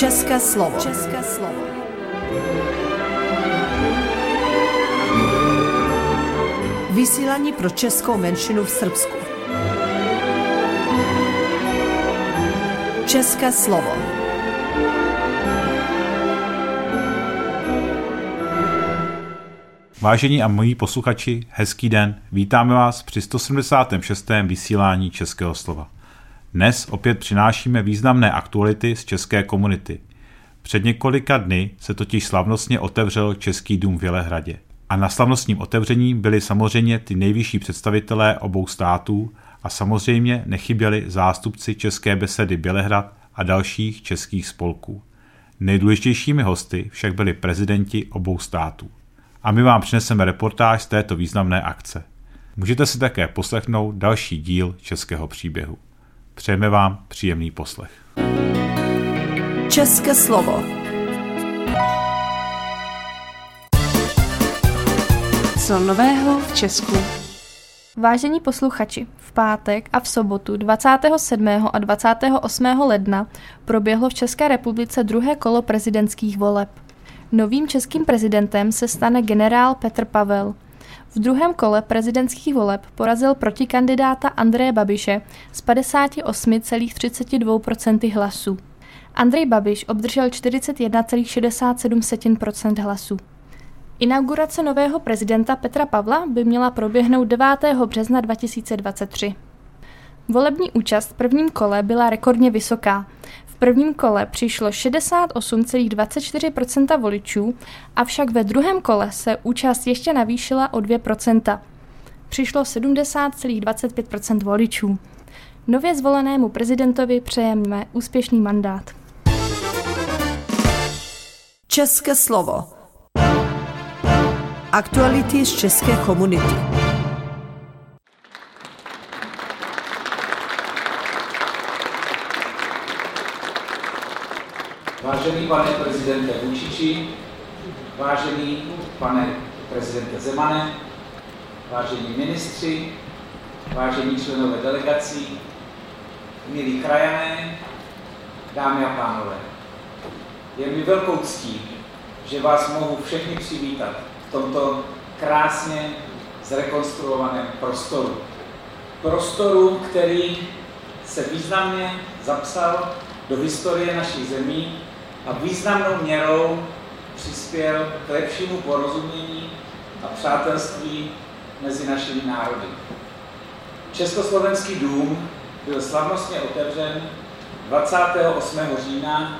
České slovo. České slovo. Vysílání pro českou menšinu v Srbsku. České slovo. Vážení a milí posluchači, hezký den. Vítáme vás při 176. vysílání Českého slova. Dnes opět přinášíme významné aktuality z české komunity. Před několika dny se totiž slavnostně otevřel Český dům v Bělehradě. A na slavnostním otevření byli samozřejmě ty nejvyšší představitelé obou států a samozřejmě nechyběli zástupci České besedy Bělehrad a dalších českých spolků. Nejdůležitějšími hosty však byli prezidenti obou států. A my vám přineseme reportáž z této významné akce. Můžete si také poslechnout další díl českého příběhu. Přejeme vám příjemný poslech. České slovo. Co nového v Česku? Vážení posluchači, v pátek a v sobotu 27. a 28. ledna proběhlo v České republice druhé kolo prezidentských voleb. Novým českým prezidentem se stane generál Petr Pavel. V druhém kole prezidentských voleb porazil protikandidáta Andreje Babiše s 58,32% hlasů. Andrej Babiš obdržel 41,67% hlasů. Inaugurace nového prezidenta Petra Pavla by měla proběhnout 9. března 2023. Volební účast v prvním kole byla rekordně vysoká. V prvním kole přišlo 68,24% voličů, avšak ve druhém kole se účast ještě navýšila o 2%. Přišlo 70,25% voličů. Nově zvolenému prezidentovi přejeme úspěšný mandát. České slovo. Aktuality z české komunity. Vážený pane prezidente Vučiči, vážený pane prezidente Zemane, vážení ministři, vážení členové delegací, milí krajané, dámy a pánové. Je mi velkou ctí, že vás mohu všechny přivítat v tomto krásně zrekonstruovaném prostoru. Prostoru, který se významně zapsal do historie našich zemí a významnou měrou přispěl k lepšímu porozumění a přátelství mezi našimi národy. Československý dům byl slavnostně otevřen 28. října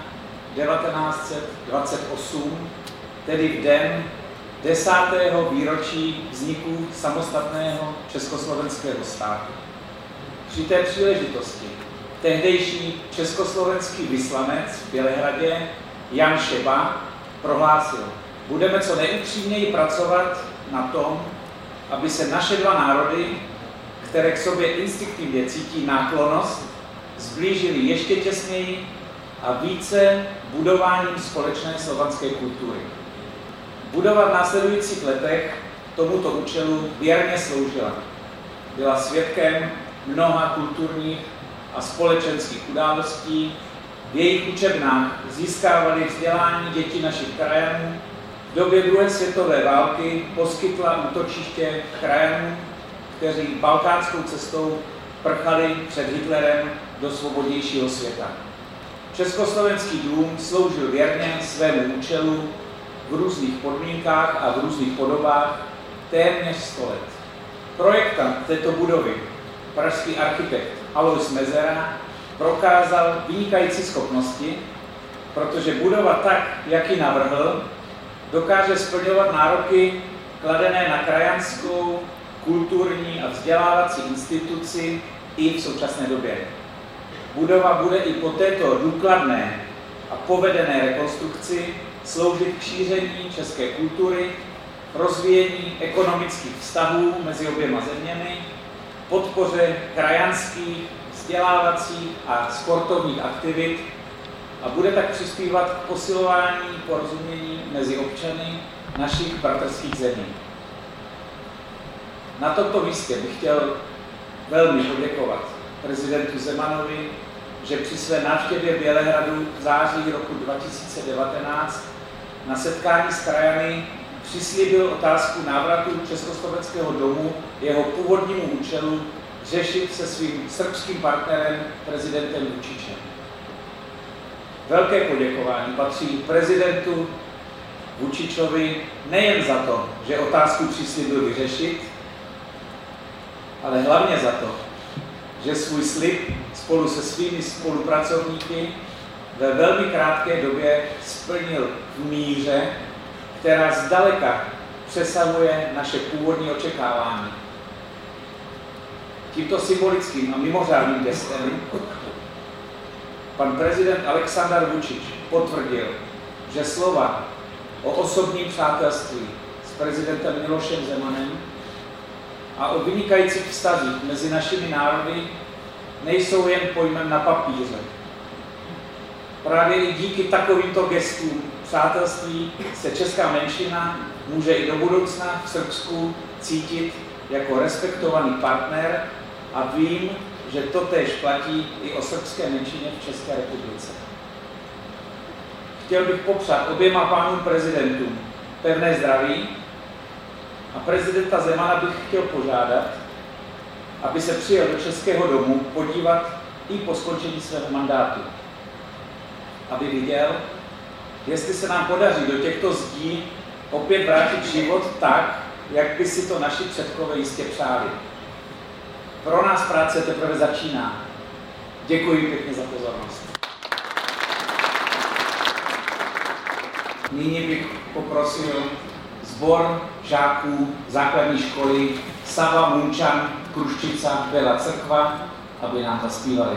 1928, tedy v den 10. výročí vzniku samostatného československého státu. Při té příležitosti tehdejší československý vyslanec v Bělehradě Jan Šeba prohlásil: budeme co nejupřímněji pracovat na tom, aby se naše dva národy, které k sobě instinktivně cítí náklonnost, zblížily ještě těsněji a více budováním společné slovanské kultury. Budova v následujících letech tomuto účelu věrně sloužila. Byla svědkem mnoha kulturních a společenských událostí. V jejich učebnách získávali vzdělání děti našich krajanů. V době druhé světové války poskytla útočiště krajanům, kteří balkánskou cestou prchali před Hitlerem do svobodnějšího světa. Československý dům sloužil věrně svému účelu v různých podmínkách a v různých podobách téměř 100 let. Projektant této budovy, pražský architekt Alois Mezera, prokázal vynikající schopnosti, protože budova tak, jak ji navrhl, dokáže splňovat nároky kladené na krajanskou, kulturní a vzdělávací instituci i v současné době. Budova bude i po této důkladné a povedené rekonstrukci sloužit k šíření české kultury, rozvíjení ekonomických vztahů mezi oběma zeměmi, podpoře krajanských, vzdělávacích a sportovních aktivit a bude tak přispívat k posilování porozumění mezi občany našich bratrských zemí. Na tomto místě bych chtěl velmi poděkovat prezidentu Zemanovi, že při své návštěvě Bělehradu v září roku 2019 na setkání s krajany přislíbil otázku návratu Československého domu jeho původnímu účelu řešit se svým srbským partnerem, prezidentem Vučičem. Velké poděkování patří prezidentu Vučičovi nejen za to, že otázku přislíbil vyřešit, ale hlavně za to, že svůj slib spolu se svými spolupracovníky ve velmi krátké době splnil v míře, která zdaleka přesahuje naše původní očekávání. Tímto symbolickým a mimořádným gestem pan prezident Aleksandar Vučić potvrdil, že slova o osobním přátelství s prezidentem Milošem Zemanem a o vynikajících vztazích mezi našimi národy nejsou jen pojmem na papíře. Právě i díky takovýmto gestům přátelství se česká menšina může i do budoucna v Srbsku cítit jako respektovaný partner a vím, že totéž platí i o srbské menšině v České republice. Chtěl bych popřát oběma pánům prezidentům pevné zdraví a prezidenta Zemana bych chtěl požádat, aby se přijel do Českého domu podívat i po skončení svého mandátu. Aby viděl, jestli se nám podaří do těchto zdí opět vrátit život tak, jak by si to naši předkové jistě přáli. Pro nás práce teprve začíná. Děkuji pěkně za pozornost. Nyní bych poprosil sbor žáků základní školy Sava Munčan Kruščica Bela Crkva, aby nám zaspívali.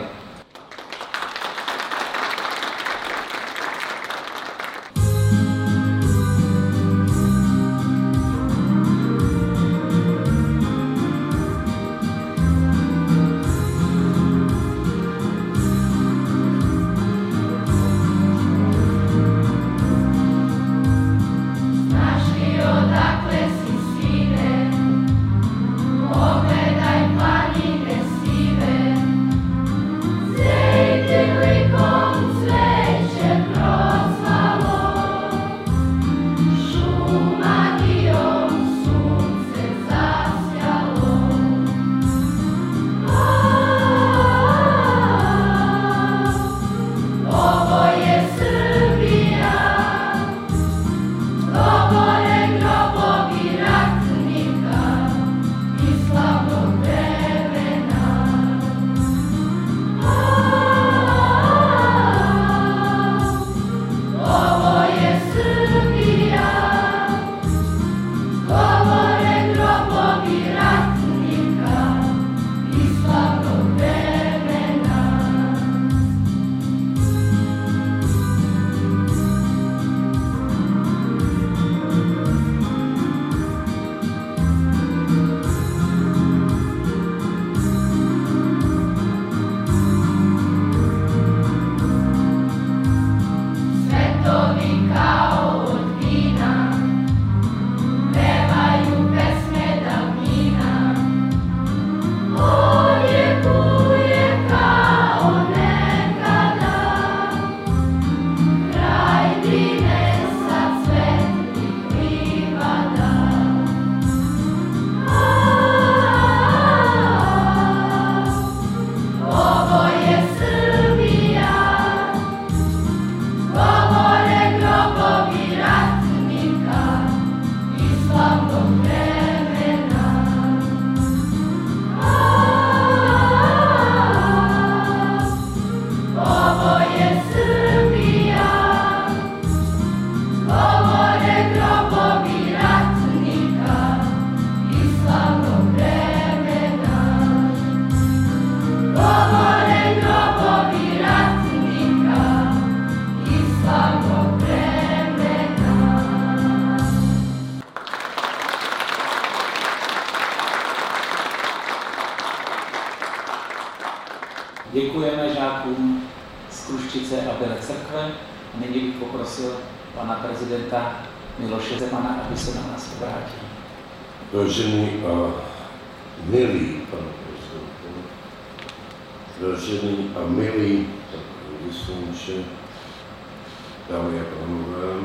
Děkujeme žákům z Kruščice a Bělé Crkve. Nyní bych poprosil pana prezidenta Miloše Zemana, aby se na nás obrátil. Vážený a milý pane prezidente, Vážený a milý vyslanče, dámy a pánové,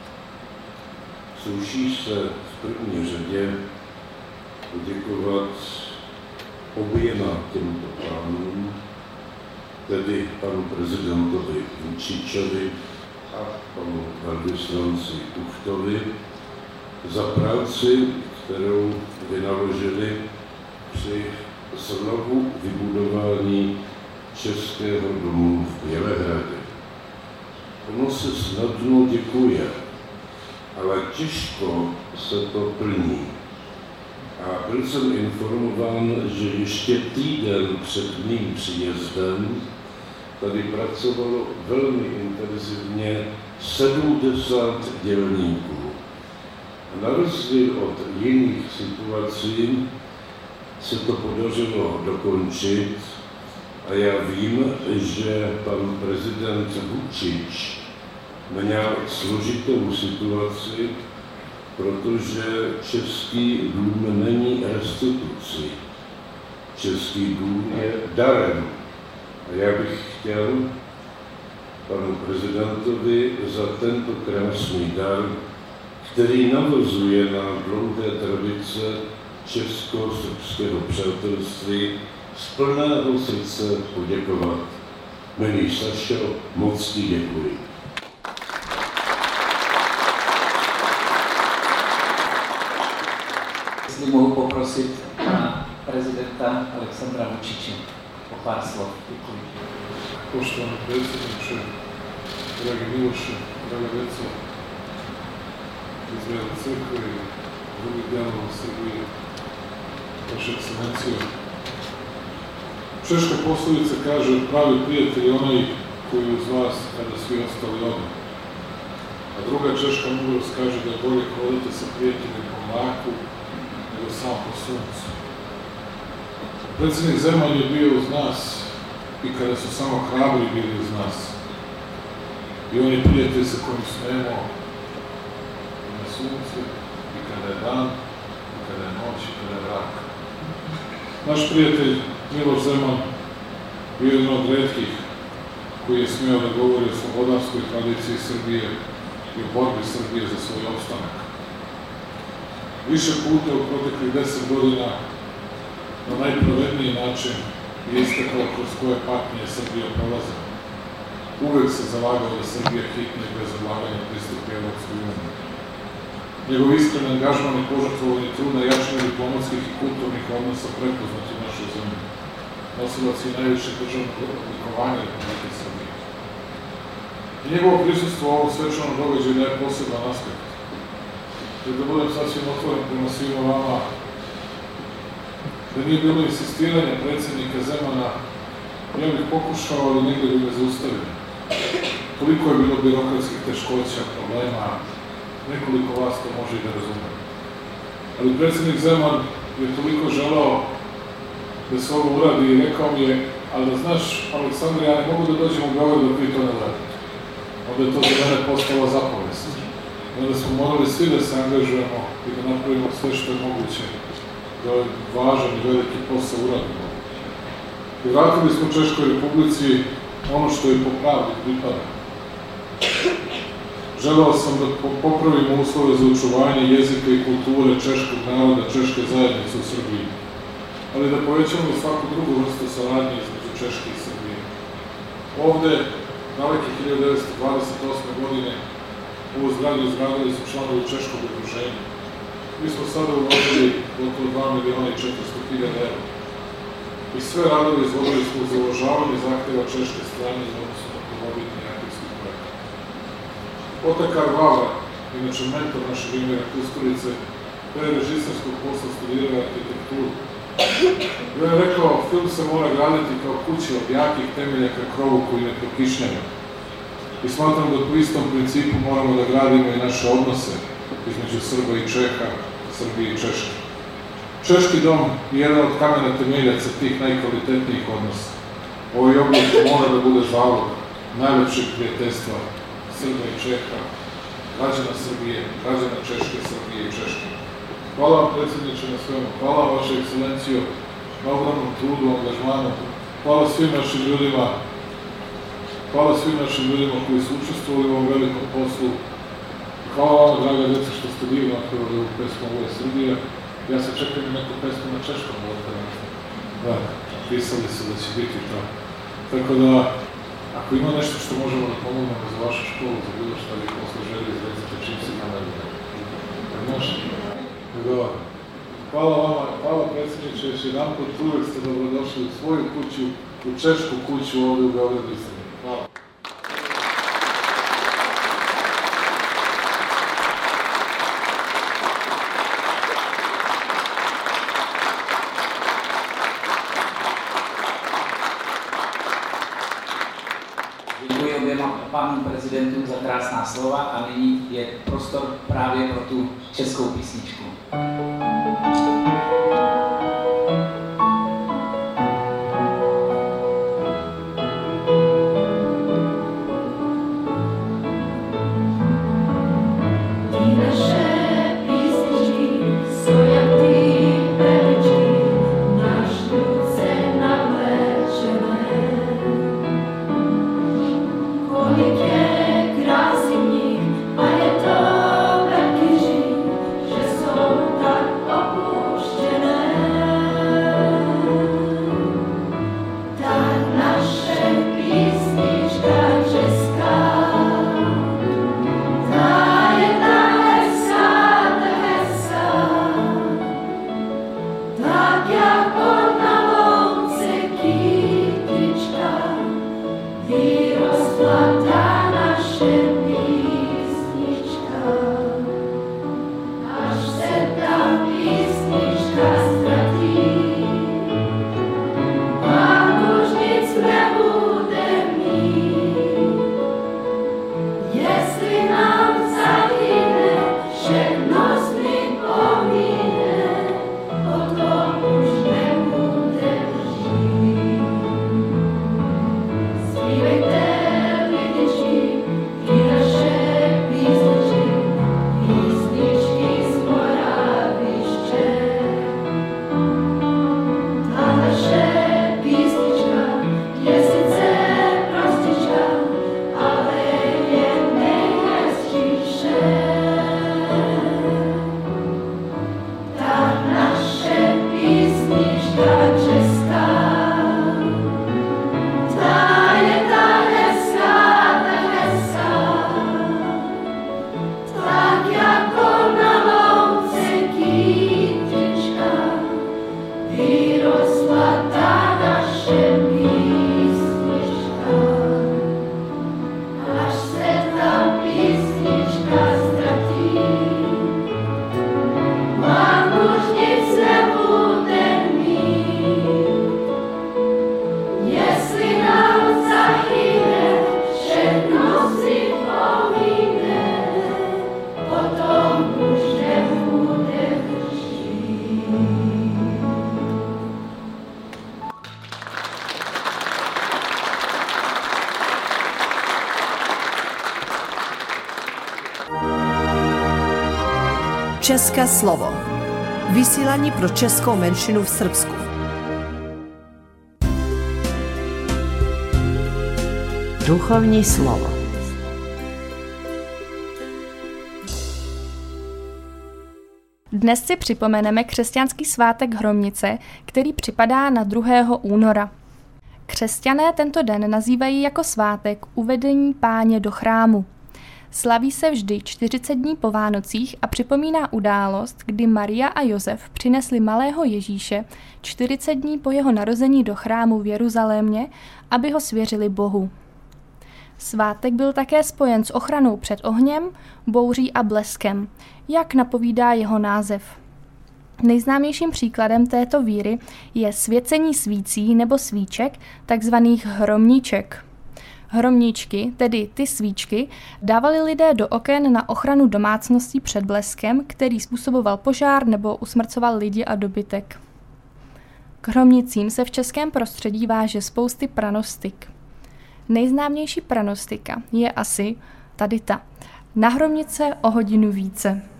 sluší se v první řadě poděkovat oběma těmto pánům, tedy panu prezidentovi Vučičovi a panu velvyslanci Kuchtovi, za práci, kterou vynaložili při znovu vybudování Českého domu v Bělehradě. Ono se snadno děkuje, ale těžko se to plní. A byl jsem informován, že ještě týden před mým příjezdem tady pracovalo velmi intenzivně 70 dělníků. A na rozdíl od jiných situací se to podařilo dokončit a já vím, že pan prezident Vučič měl složitou situaci, protože Český dům není restitucí. Český dům je darem. A já bych chtěl panu prezidentovi za tento krásný dar, který navazuje na dlouhé tradice česko-srbského přátelství, z plného srdce poděkovat. Milý Sašo, moc ti děkuji. Jestli mohu poprosit pana prezidenta Aleksandra Vučiče o pár slov. Děkuji. Poštovani predsjedniče, dragi Miloše, draga deco iz Vele crkve i drugih dijelova Srbije, vaša ekscelencija. Češka poslovica kaže, pravi prijatelj je onaj koji je uz vas kada svi ostali odu. A druga češka mudrost kaže da je bolje hodati sa prijateljem po mlaku nego sam po suncu. Predsjednik Zeman je bio uz nas i kada su samo hrabri bili uz nas. I on je prijatelj sa kojim smemo i na suncu, i kada je dan, i kada je noć, i kada je mrak. Naš prijatelj Miloš Zeman bio je jedan od retkih koji je smeo da govori o slobodarskoj tradiciji Srbije i o borbi Srbije za svoj opstanak. Više puta u proteklih 10 godina na najpravedniji način je istakao kroz koje patnje Srbija prolaze. Uvek se zalagao da Srbija hitno i bez odlaganja pristupi Evropskoj uniji. Njegov iskren angažman i požrtvovanje truda jačanja diplomatskih i kulturnih odnosa prepoznat u našoj zemlji. Nosilac je najvišeg državnog odlikovanja Republike Srbije. I njegovo prisustvo u ovom svečanom događaju daje poseban aspekt. Jer da budem sasvim otvoren prema svima vama, da nije bilo insistiranja predsjednika Zemana, ja bih pokušao, ali negdje bi me zaustavili. Toliko je bilo birokratskih teškoća, problema, nekoliko vas to može i da razume. Ali predsjednik Zeman je toliko želao da se ovo uradi i rekao mi je, ali da znaš, Aleksandre, ja ne mogu da dođem u Beograd dok vi to ne uradite. Onda je to za mene postala zapovest. I onda smo morali svi da se angažujemo i da napravimo sve što je moguće, da je važan i veliki posao uradimo. I vratili smo Češkoj Republici ono što je po pravdi pripada. Želeo sam da popravimo uslove za očuvanje jezika i kulture češkog naroda, češke zajednice u Srbiji, ali da povećamo i svaku drugu vrstu saradnje između Češke i Srbije. Ovde, daleke 1928. godine, ovu zgradu izgradili su članovi Češkog udruženja. Mi smo sada uložili gotovo 2.400.000 € i sve radove izvodili smo za uvažavanje zahteva češke strane za odnosu na prvobitni arhivski projekat. Otakar Vavra, inače mentor našeg Imira Kusturice, pre režisarskog posla studirao arhitekturu. I on je rekao, film se mora graditi kao kuća od jakih temelja ka krovu koji ne prokišnjava. I smatram da po istom principu moramo da gradimo i naše odnose između Srba i Čeha, Srbije i Češke. Češki dom je jedan od kamena temeljaca tih najkvalitetnijih odnosa. Ovaj objekt mora da bude zalog najlepšeg prijateljstva Srba i Čeha, građana Srbije, građana Češke, Srbije i Češke. Hvala vam, predsjedniče, na svemu. Hvala vaša ekscelencijo na ogromnom trudu, angažmanu Hvala svim našim ljudima koji su učestvovali u ovom velikom poslu. Hvala vama, draga djeca, što ste bili napravili ovu pesmu Ovo je Srbija. Ja se čekam i neku pesmu na češkom odkada. Da, pisali su da će biti to. Tako da, ako ima nešto što možemo da pomognemo za vašu školu, za bilo što vi posle želi izrecite čim se namerite. Može? Dobro. Hvala vama, hvala predsjedniče, još jedan put uvek ste dobrodošli u svoju kuću, u češku kuću ovdje u Beogradu. Hvala. Děkuji oběma pánům prezidentům za krásná slova a nyní je prostor právě pro tu českou písničku. České slovo. Vysílání pro českou menšinu v Srbsku. Duchovní slovo. Dnes si připomeneme křesťanský svátek Hromnice, který připadá na 2. února. Křesťané tento den nazývají jako svátek uvedení Páně do chrámu. Slaví se vždy 40 dní po Vánocích a připomíná událost, kdy Maria a Josef přinesli malého Ježíše 40 dní po jeho narození do chrámu v Jeruzalémě, aby ho svěřili Bohu. Svátek byl také spojen s ochranou před ohněm, bouří a bleskem, jak napovídá jeho název. Nejznámějším příkladem této víry je svěcení svící nebo svíček, takzvaných hromníček. Hromníčky, tedy ty svíčky, dávali lidé do oken na ochranu domácností před bleskem, který způsoboval požár nebo usmrcoval lidi a dobytek. K hromnicím se v českém prostředí váže spousty pranostik. Nejznámější pranostika je asi tady ta. Na hromnice o hodinu více.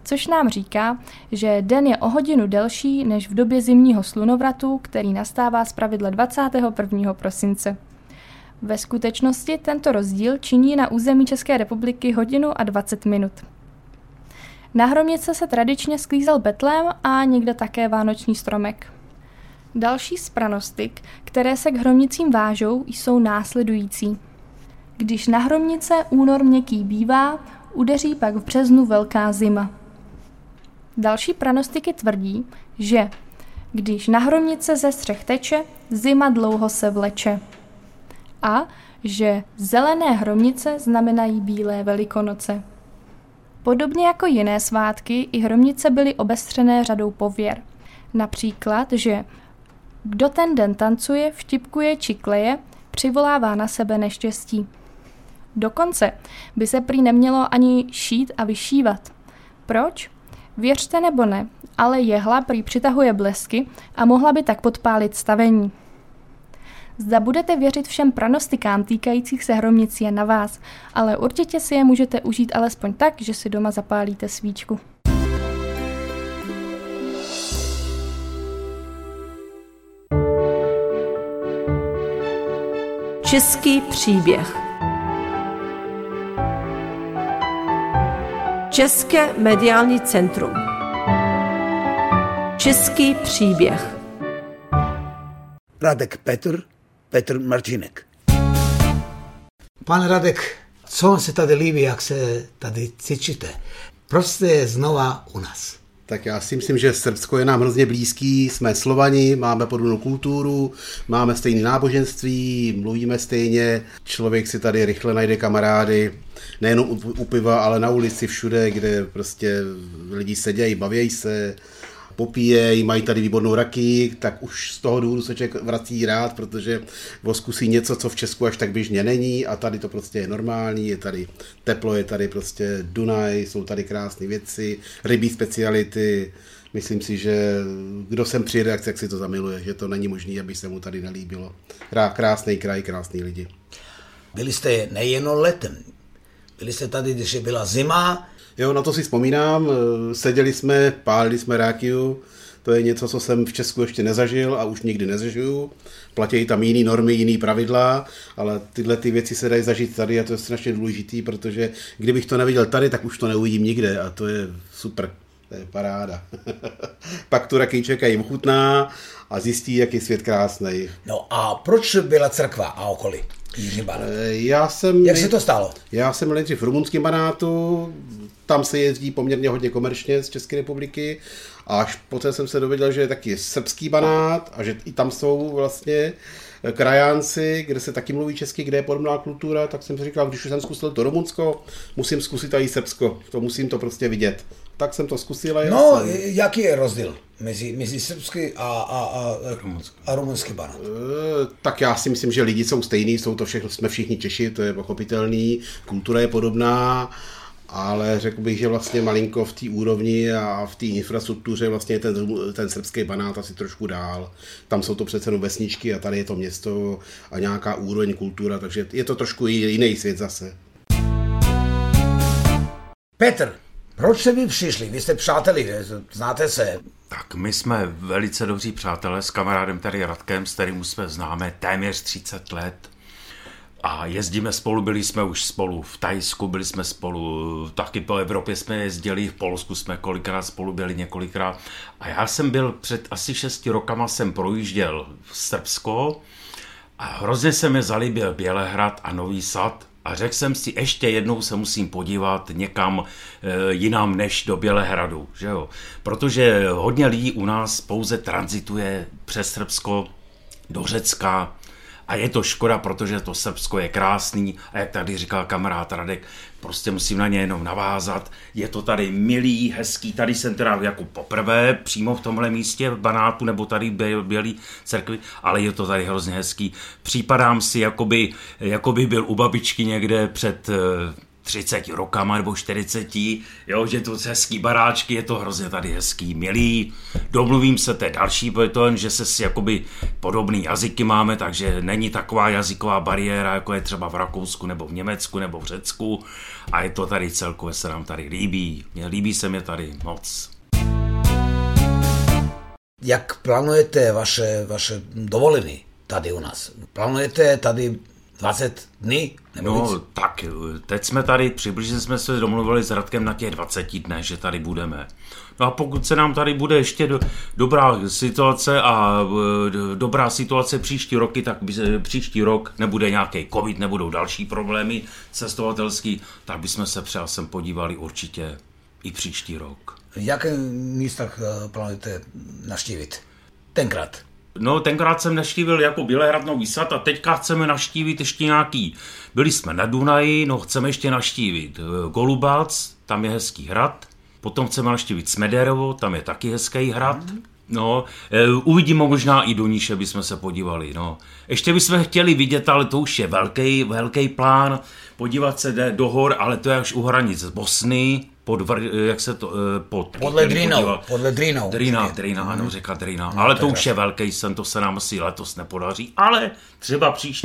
což nám říká, že den je o hodinu delší než v době zimního slunovratu, který nastává zpravidla 21. prosince. Ve skutečnosti tento rozdíl činí na území České republiky 1:20 minut. Na Hromnice se tradičně sklízel betlém a někde také vánoční stromek. Další z pranostik, které se k Hromnicím vážou, jsou následující. Když na Hromnice únor měkký bývá, udeří pak v březnu velká zima. Další pranostiky tvrdí, že když na Hromnice ze střech teče, zima dlouho se vleče. A že zelené Hromnice znamenají bílé Velikonoce. Podobně jako jiné svátky, i Hromnice byly obestřené řadou pověr. Například, že kdo ten den tancuje, vtipkuje či kleje, přivolává na sebe neštěstí. Dokonce by se prý nemělo ani šít a vyšívat. Proč? Věřte nebo ne, ale jehla prý přitahuje blesky a mohla by tak podpálit stavení. Zda budete věřit všem pranostikám týkajících se Hromnic je na vás, ale určitě si je můžete užít alespoň tak, že si doma zapálíte svíčku. Český příběh. České mediální centrum. Český příběh. Radek Petr Marčinek. Pan Radek, co vám se tady líbí, jak se tady cítíte? Proč jste znova u nás? Tak já si myslím, že Srbsko je nám hrozně blízký, jsme Slovani, máme podobnou kulturu, máme stejné náboženství, mluvíme stejně, člověk si tady rychle najde kamarády, nejenom u piva, ale na ulici všude, kde prostě lidi sedějí, bavějí se, popíjejí, mají tady výbornou rakii, tak už z toho důvodu se člověk vrací rád, protože zkusí něco, co v Česku až tak běžně není a tady to prostě je normální, je tady teplo, je tady prostě Dunaj, jsou tady krásné věci, rybí speciality. Myslím si, že kdo sem přijede, jak si to zamiluje, že to není možné, aby se mu tady nelíbilo. Krásný kraj, krásný lidi. Byli jste nejenom letem, byli jste tady, když byla zima. Jo, na to si vzpomínám, seděli jsme, pálili jsme rákiu, to je něco, co jsem v Česku ještě nezažil a už nikdy nezažiju. Platí tam jiné normy, jiné pravidla, ale tyhle ty věci se dají zažít tady a to je strašně důležitý, protože kdybych to neviděl tady, tak už to neuvidím nikde a to je super, to je paráda. Pak tu rakii čekají ochutná a zjistí, jak je svět krásný. No a proč byla Crkva a okolí? Jak se to stalo? Já jsem byl nejdřív v rumunském Banátu, tam se jezdí poměrně hodně komerčně z České republiky a až poté jsem se dověděl, že je taky srbský Banát a že i tam jsou vlastně krajánci, kde se taky mluví česky, kde je podobná kultura, tak jsem si říkal, když už jsem zkusil to Rumunsko, musím zkusit i Srbsko, musím to prostě vidět. Tak jsem to zkusil. No, jaký je rozdíl mezi srbský a rumunský Banát? Tak já si myslím, že lidi jsou stejný, jsme všichni Češi, to je pochopitelný, kultura je podobná, ale řekl bych, že vlastně malinko v té úrovni a v té infrastruktuře vlastně ten srbský Banát asi trošku dál. Tam jsou to přece jenom vesničky a tady je to město a nějaká úroveň kultura, takže je to trošku jiný svět zase. Petr, proč jste vy přišli? Vy jste přáteli, znáte se? Tak my jsme velice dobří přátelé s kamarádem tady Radkem, s kterým jsme známe téměř 30 let. A jezdíme spolu, byli jsme už spolu v Thajsku, byli jsme spolu, taky po Evropě jsme jezdili, v Polsku jsme kolikrát spolu byli několikrát. A já jsem byl před asi 6 rokama, jsem projížděl v Srbsko a hrozně se mi zalíbil Bělehrad a Nový Sad. A řekl jsem si, ještě jednou se musím podívat někam jinam než do Bělehradu, že jo? Protože hodně lidí u nás pouze tranzituje přes Srbsko do Řecka a je to škoda, protože to Srbsko je krásný a jak tady říkal kamarád Radek, prostě musím na ně jenom navázat. Je to tady milý, hezký, tady jsem teda jako poprvé přímo v tomhle místě v Banátu nebo tady v Bělý Cerkvi, ale je to tady hrozně hezký. Připadám si, jako by byl u babičky někde před 30 rokama nebo 40, jo, že to hezký baráčky, je to hrozně tady hezký, milý. Domluvím se, to je další, že se si jakoby podobný jazyky máme, takže není taková jazyková bariéra, jako je třeba v Rakousku nebo v Německu nebo v Řecku a je to tady celkově se nám tady líbí. Líbí se mi tady moc. Jak plánujete vaše dovolený tady u nás? Plánujete tady 20 dní? No tak, teď jsme tady, přibližně jsme se domluvili s Radkem na těch 20 dnech, že tady budeme. No a pokud se nám tady bude ještě dobrá situace příští roky, tak příští rok nebude nějaký covid, nebudou další problémy cestovatelský, tak bychom se třeba sem podívali určitě i příští rok. V jakém místech plánujete navštívit tenkrát? No, tenkrát jsem navštívil jako Bělehrad, Nový Sad a teďka chceme navštívit ještě nějaký. Byli jsme na Dunaji, no chceme ještě navštívit Golubac, tam je hezký hrad. Potom chceme navštívit Smederevo, tam je taky hezký hrad. No, uvidíme možná i do Níše, bychom se podívali, no. Ještě bychom chtěli vidět, ale to už je velký plán, podívat se do hor, ale to je až u hranic z Bosny, podle Drínou. Drína, ano, řeka Drína. Ale to už je velký sen, to se nám asi letos nepodaří, ale třeba příští.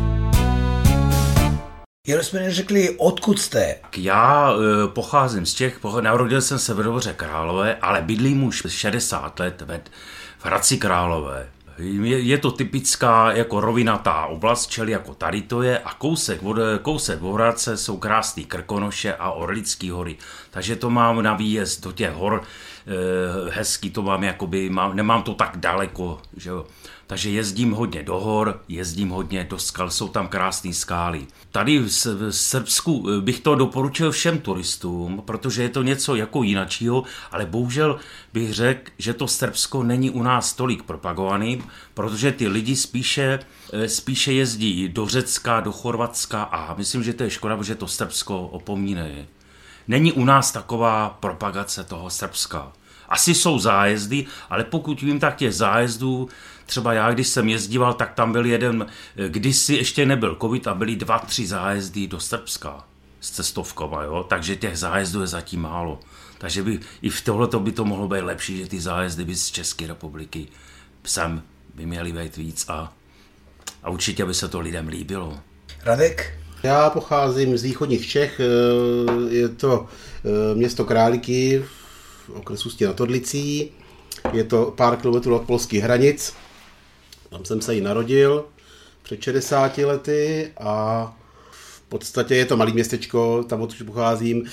Jenom jsme neřekli, odkud jste? Já pocházím z Čech, narodil jsem se v Dobře Králové, ale bydlím už 60 let v Hradci Králové. Je to typická jako rovinatá oblast, čili jako tady to je a kousek od Hradce jsou krásný Krkonoše a Orlický hory. Takže to mám na výjezd do těch hor hezký, to mám jakoby, nemám to tak daleko, že jo. Takže jezdím hodně do hor, jezdím hodně do skal, jsou tam krásné skály. Tady v Srbsku bych to doporučil všem turistům, protože je to něco jako jinačího, ale bohužel bych řekl, že to Srbsko není u nás tolik propagovaný, protože ty lidi spíše jezdí do Řecka, do Chorvatska a myslím, že to je škoda, protože to Srbsko opomíne. Není u nás taková propagace toho Srbska. Asi jsou zájezdy, ale pokud vím, tak těch zájezdů, třeba já, když jsem jezdíval, tak tam byl jeden, kdysi ještě nebyl covid a byly 2-3 zájezdy do Srbska s cestovkama, jo? Takže těch zájezdů je zatím málo. Takže i v tohleto by to mohlo být lepší, že ty zájezdy by z České republiky sem by měly být víc a určitě by se to lidem líbilo. Radek? Já pocházím z východních Čech, je to město Králíky v okresu Ústí nad Orlicí, je to pár kilometrů od polských hranic, tam jsem se i narodil před 60 lety a v podstatě je to malé městečko, tam odkud pocházím,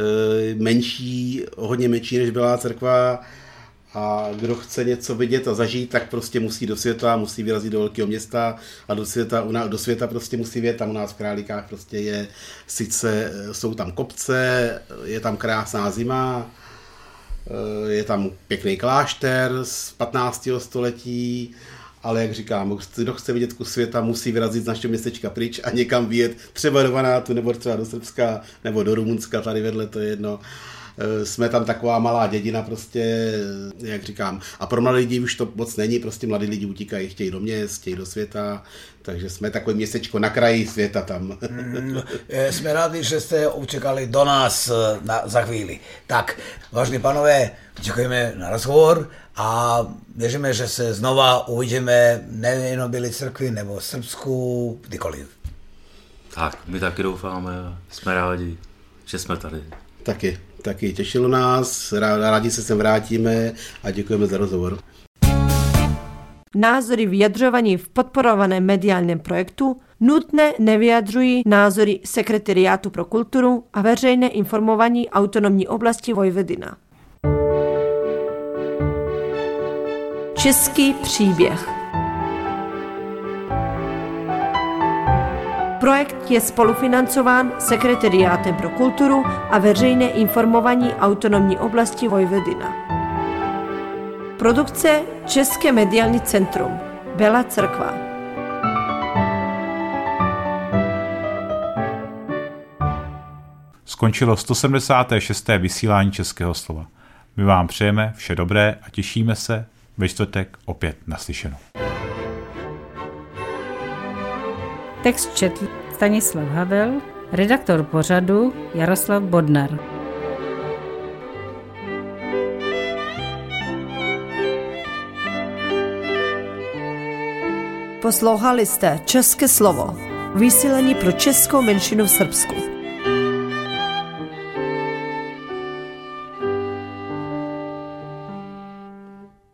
hodně menší než Bělá Cerkva. A kdo chce něco vidět a zažít, tak prostě musí do světa, musí vyrazit do velkého města a do světa prostě musí vědět. Tam u nás v Králíkách prostě jsou tam kopce, je tam krásná zima, je tam pěkný klášter z 15. století, ale jak říkám, kdo chce vidět kus světa, musí vyrazit z našeho městečka pryč a někam vyjet třeba do Vanátu, nebo třeba do Srbska, nebo do Rumunska, tady vedle, to je jedno. Jsme tam taková malá dědina prostě, jak říkám. A pro mladé lidi už to moc není, prostě mladí lidi utíkají, chtějí do měst, chtějí do světa, takže jsme takové městečko na kraji světa tam. Jsme rádi, že jste učekali do nás za chvíli. Tak, vážní pánové, děkujeme na rozhovor a věříme, že se znova uvidíme nejen v Bělé Cerkvi nebo v Srbsku, kdykoliv. Tak, my taky doufáme, jsme rádi, že jsme tady. Taky těšilo nás, rádi se sem vrátíme a děkujeme za rozhovor. Názory vyjadřovaní v podporovaném mediálním projektu nutně nevyjadřují názory Sekretariátu pro kulturu a veřejné informování autonomní oblasti Vojvodina. Český příběh. Projekt je spolufinancován Sekretariátem pro kulturu a veřejné informování autonomní oblasti Vojvodina. Produkce České mediální centrum Bělá Cerkva. Skončilo 176. vysílání Českého slova. My vám přejeme vše dobré a těšíme se ve čtvrtek opět naslyšenou. Text četl Stanislav Havel, Redaktor pořadu Jaroslav Bodnar. Poslouchali jste České slovo, vysílání pro českou menšinu v Srbsku.